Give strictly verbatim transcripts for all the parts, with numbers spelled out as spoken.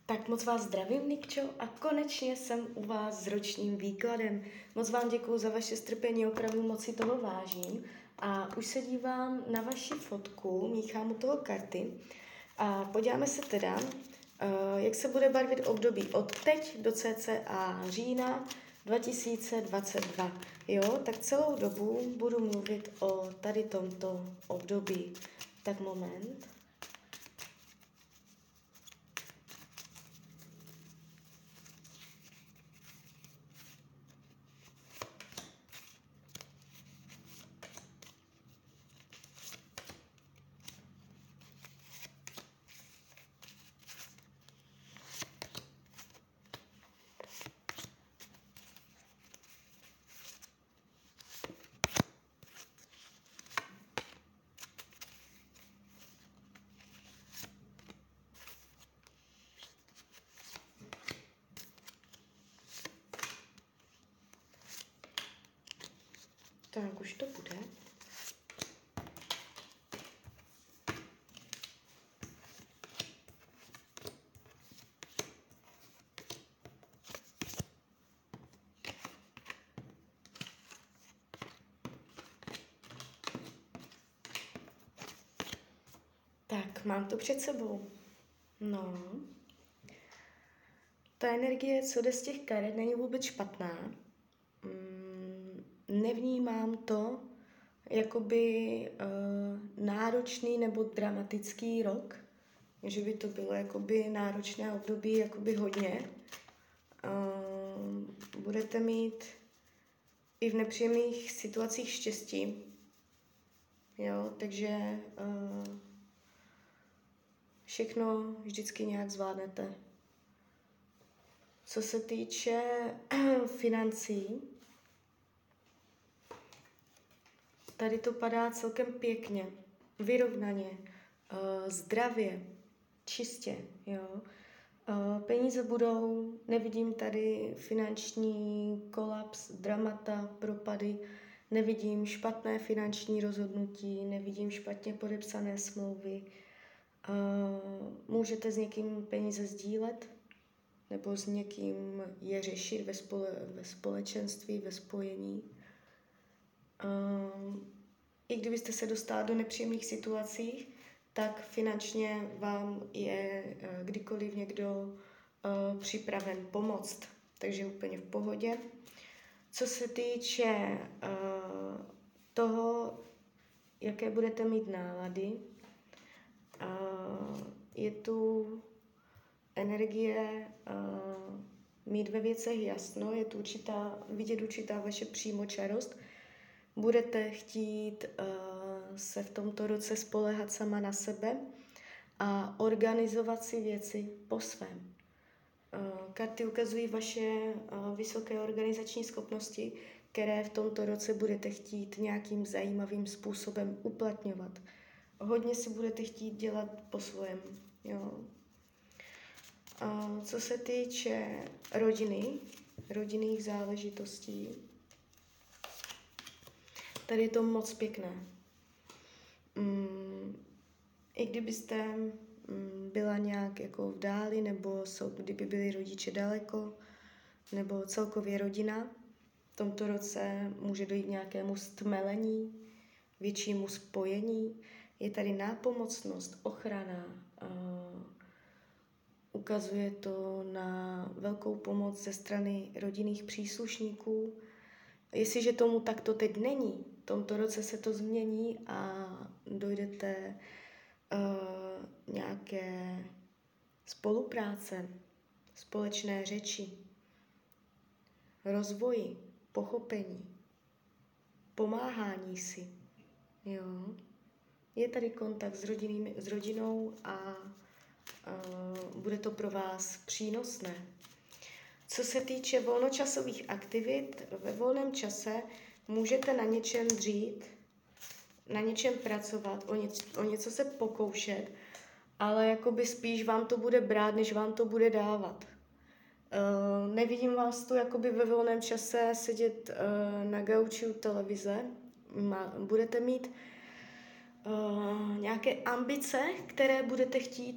Tak moc vás zdravím, Nikčo, a konečně jsem u vás s ročním výkladem. Moc vám děkuju za vaše strpení, opravdu moc si toho vážím. A už se dívám na vaši fotku, míchám u toho karty a podíváme se teda, uh, jak se bude barvit období od teď do cca října dva tisíce dvacet dva. Jo, tak celou dobu budu mluvit o tady tomto období. Tak moment. Tak už to bude. Tak, mám to před sebou. No. Ta energie, co jde z těch karet, není vůbec špatná. Mm, nevnímám to jakoby uh, náročný nebo dramatický rok, že by to bylo jakoby náročné období jakoby hodně. Uh, budete mít i v nepříjemných situacích štěstí. Jo, takže uh, všechno vždycky nějak zvládnete. Co se týče financí, tady to padá celkem pěkně, vyrovnaně, uh, zdravě, čistě, jo. Uh, peníze budou, nevidím tady finanční kolaps, dramata, propady, nevidím špatné finanční rozhodnutí, nevidím špatně podepsané smlouvy. Uh, můžete s někým peníze sdílet, nebo s někým je řešit ve, spole, ve společenství, ve spojení. Uh, I kdybyste se dostali do nepříjemných situací, tak finančně vám je uh, kdykoliv někdo uh, připraven pomoct. Takže úplně v pohodě. Co se týče uh, toho, jaké budete mít nálady, uh, je tu energie uh, mít ve věcech jasno, je tu určitá, vidět určitá vaše přímočarost. Budete chtít uh, se v tomto roce spoléhat sama na sebe a organizovat si věci po svém. Uh, karty ukazují vaše uh, vysoké organizační schopnosti, které v tomto roce budete chtít nějakým zajímavým způsobem uplatňovat. Hodně si budete chtít dělat po svém. Jo. Uh, co se týče rodiny, rodinných záležitostí, tady je to moc pěkné. Mm, I kdybyste mm, byla nějak jako v dáli, nebo jsou, kdyby byli rodiče daleko, nebo celkově rodina, v tomto roce může dojít nějakému stmelení, většímu spojení. Je tady nápomocnost, ochrana, uh, ukazuje to na velkou pomoc ze strany rodinných příslušníků. Jestliže tomu takto teď není, v tomto roce se to změní a dojdete uh, nějaké spolupráce, společné řeči, rozvoji, pochopení, pomáhání si. Jo. Je tady kontakt s, rodinými, s rodinou a uh, bude to pro vás přínosné. Co se týče volnočasových aktivit, ve volném čase můžete na něčem dřít, na něčem pracovat, o, něc, o něco se pokoušet, ale jakoby spíš vám to bude brát, než vám to bude dávat. Uh, nevidím vás tu jakoby ve volném čase sedět uh, na gauči u televize. Ma, budete mít uh, nějaké ambice, které budete chtít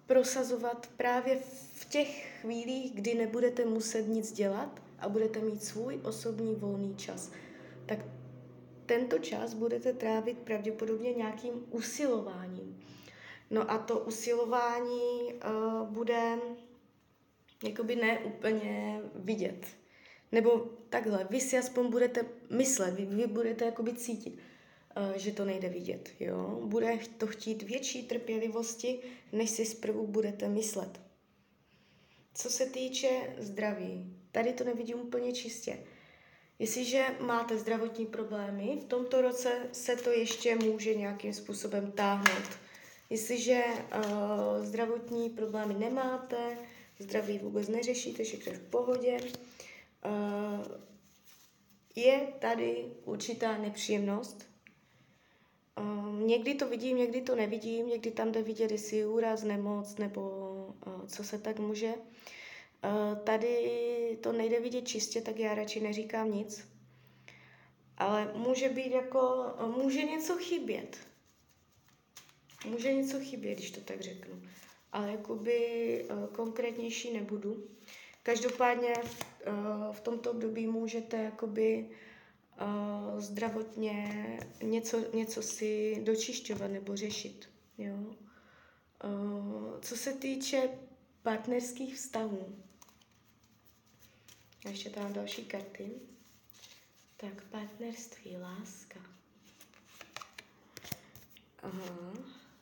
prosazovat právě v těch chvílích, kdy nebudete muset nic dělat a budete mít svůj osobní volný čas. Tak tento čas budete trávit pravděpodobně nějakým usilováním. No a to usilování uh, bude jakoby ne úplně vidět. Nebo takhle, vy si aspoň budete myslet, vy, vy budete jakoby cítit, uh, že to nejde vidět. Jo? Bude to chtít větší trpělivosti, než si zprvu budete myslet. Co se týče zdraví, tady to nevidím úplně čistě. Jestliže máte zdravotní problémy, v tomto roce se to ještě může nějakým způsobem táhnout. Jestliže uh, zdravotní problémy nemáte, zdraví vůbec neřešíte, všechno je v pohodě, uh, je tady určitá nepříjemnost. Uh, někdy to vidím, někdy to nevidím, někdy tam jde vidět, jestli je úraz, nemoc, nebo uh, co se tak může. Uh, tady to nejde vidět čistě, tak já radši neříkám nic. Ale může být jako, může něco chybět. Může něco chybět, když to tak řeknu. Ale jakoby uh, konkrétnější nebudu. Každopádně v, uh, v tomto období můžete jakoby uh, zdravotně něco, něco si dočišťovat nebo řešit. Jo? Uh, co se týče partnerských vztahů, a ještě tam další karty. Tak, partnerství, láska. Aha.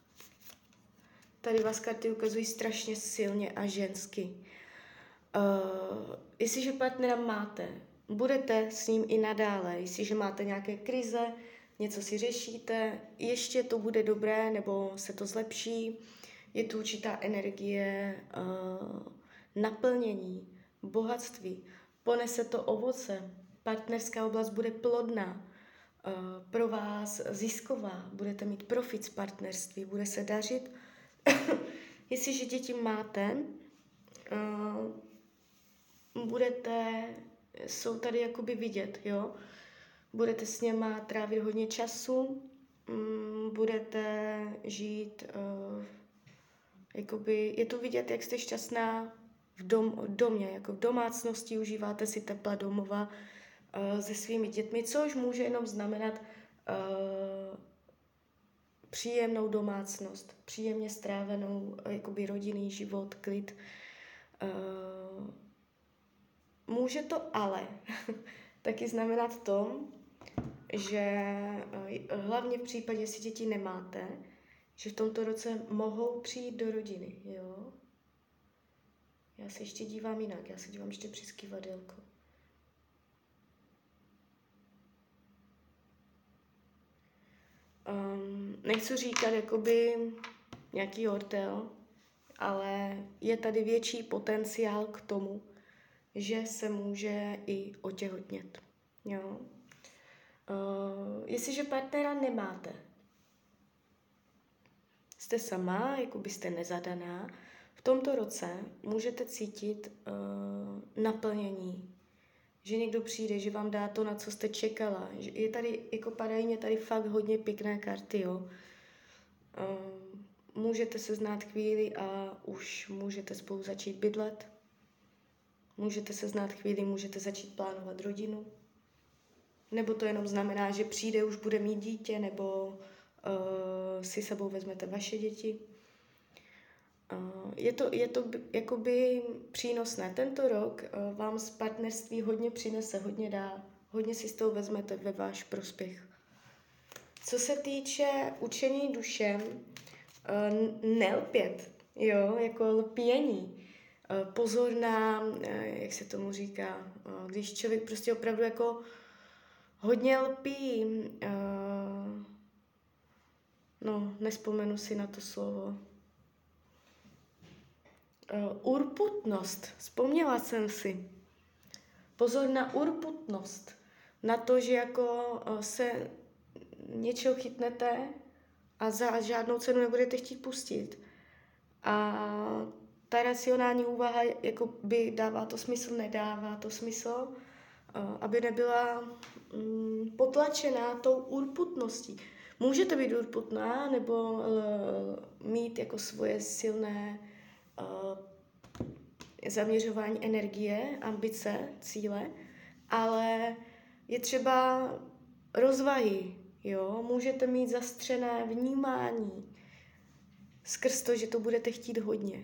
Tady vás karty ukazují strašně silně a žensky. Uh, jestliže partnera máte, budete s ním i nadále. Jestliže máte nějaké krize, něco si řešíte, ještě to bude dobré nebo se to zlepší. Je tu určitá energie, uh, naplnění, bohatství. Ponese to ovoce. Partnerská oblast bude plodná, uh, pro vás zisková, budete mít profit z partnerství, bude se dařit. Jestliže děti máte, uh, budete, jsou tady jakoby vidět, jo? Budete s něma trávit hodně času, um, budete žít, uh, jakoby, je to vidět, jak jste šťastná v dom, domě, jako v domácnosti, užíváte si tepla domova uh, se svými dětmi, což může jenom znamenat uh, příjemnou domácnost, příjemně strávenou uh, jakoby rodinný život, klid. Uh, může to ale taky znamenat to, že uh, hlavně v případě, jestli děti nemáte, že v tomto roce mohou přijít do rodiny, jo? Já se ještě dívám jinak, já se dívám ještě přes kyvadelko. Um, nechci říkat jakoby nějaký hortel, ale je tady větší potenciál k tomu, že se může i otěhotnět. Jo? Uh, jestliže partnera nemáte, jste sama, jako byste nezadaná, v tomto roce můžete cítit uh, naplnění, že někdo přijde, že vám dá to, na co jste čekala. Že je tady, jako padají mě tady fakt hodně pěkné karty, jo. Uh, můžete se znát chvíli a už můžete spolu začít bydlet. Můžete se znát chvíli, můžete začít plánovat rodinu. Nebo to jenom znamená, že přijde, už bude mít dítě, nebo uh, si sebou vezmete vaše děti. Uh, je to, je to jakoby přínosné. Tento rok uh, vám z partnerství hodně přinese, hodně dá, hodně si z toho vezmete ve váš prospěch. Co se týče učení duše, uh, nelpět, jo, jako lpění, uh, pozor na, uh, jak se tomu říká, uh, když člověk prostě opravdu jako hodně lpí, uh, no, nespomenu si na to slovo. Uh, urputnost, vzpomněla jsem si. Pozor na urputnost, na to, že jako uh, se něčeho chytnete a za žádnou cenu nebudete chtít pustit. A ta racionální úvaha jako by dává to smysl, nedává to smysl, uh, aby nebyla um, potlačená tou urputností. Můžete být urputná nebo uh, mít jako svoje silné uh, zaměřování energie, ambice, cíle, ale je třeba rozvahy, jo? Můžete mít zastřené vnímání skrz to, že to budete chtít hodně.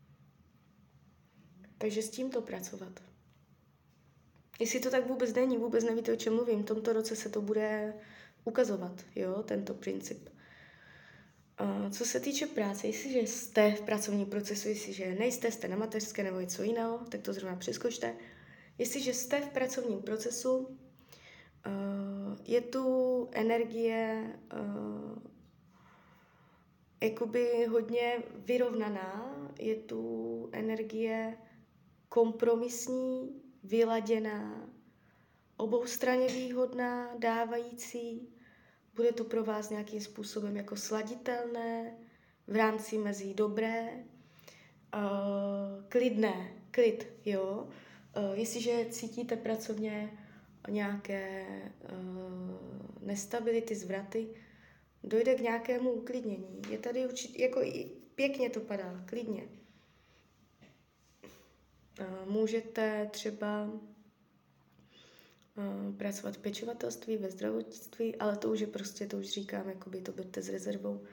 Takže s tímto pracovat. Jestli to tak vůbec není, vůbec nevíte, o čem mluvím, v tomto roce se to bude ukazovat, jo, tento princip. Uh, co se týče práce, jestliže jste v pracovním procesu, jestliže nejste, jste na mateřské nebo něco jiného, tak to zrovna přeskočte. Jestliže jste v pracovním procesu, uh, je tu energie uh, jakoby hodně vyrovnaná, je tu energie kompromisní, vyladěná, oboustranně výhodná, dávající. Bude to pro vás nějakým způsobem jako sladitelné, v rámci mezí dobré, uh, klidné, klid, jo. Uh, jestliže cítíte pracovně nějaké uh, nestability, zvraty, dojde k nějakému uklidnění. Je tady určitě, jako i pěkně to padá, klidně. Uh, můžete třeba pracovat v pečovatelství, ve zdravotnictví, ale to už je prostě, to už říkám, jakoby to berte s rezervou. Uh,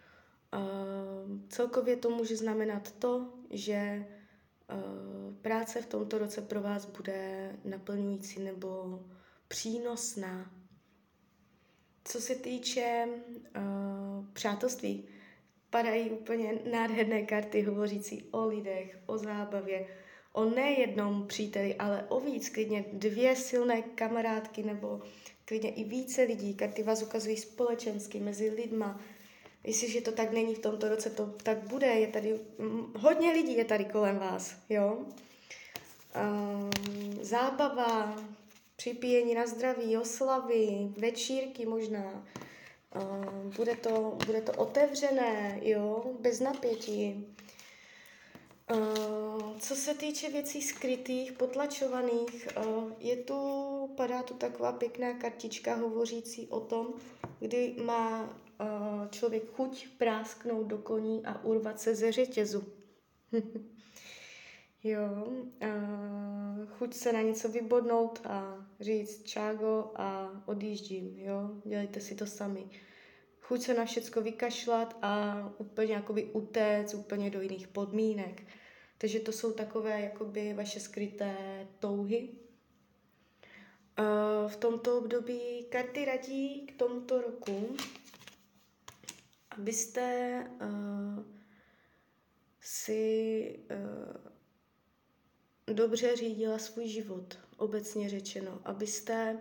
celkově to může znamenat to, že uh, práce v tomto roce pro vás bude naplňující nebo přínosná. Co se týče uh, přátelství, padají úplně nádherné karty hovořící o lidech, o zábavě, o nejednom příteli, ale o víc, klidně dvě silné kamarádky nebo klidně i více lidí. Karty vás ukazují společensky mezi lidma. Jestliže to tak není v tomto roce, to tak bude. Je tady hodně lidí je tady kolem vás, jo. Um, zábava, připíjení na zdraví, oslavy, večírky možná. Um, bude to, bude to otevřené, jo, bez napětí. Uh, co se týče věcí skrytých, potlačovaných, uh, je tu, padá tu taková pěkná kartička hovořící o tom, kdy má uh, člověk chuť prásknout do koní a urvat se ze řetězu. Jo, uh, chuť se na něco vybodnout a říct čágo a odjíždím, jo, dělejte si to sami. Chuť se na všecko vykašlat a úplně jakoby utéct úplně do jiných podmínek. Takže to jsou takové jakoby vaše skryté touhy. Uh, v tomto období karty radí k tomuto roku, abyste uh, si uh, dobře řídila svůj život, obecně řečeno, abyste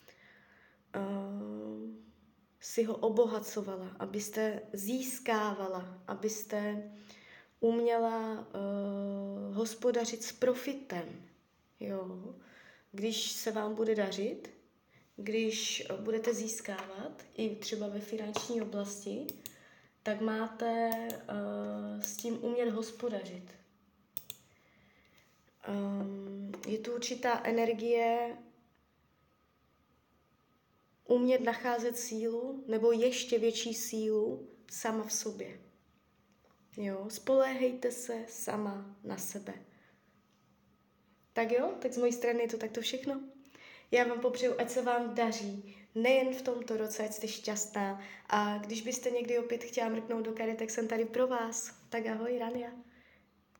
uh, si ho obohacovala, abyste získávala, abyste uměla uh, hospodařit s profitem. Jo. Když se vám bude dařit, když budete získávat i třeba ve finanční oblasti, tak máte uh, s tím umět hospodařit. Um, je tu určitá energie umět nacházet sílu nebo ještě větší sílu sama v sobě. Jo, spoléhejte se sama na sebe. Tak jo, tak z mojí strany je to takto všechno. Já vám popřeju, ať se vám daří, nejen v tomto roce, ať jste šťastná. A když byste někdy opět chtěla mrknout do karet, tak jsem tady pro vás. Tak ahoj, Rania.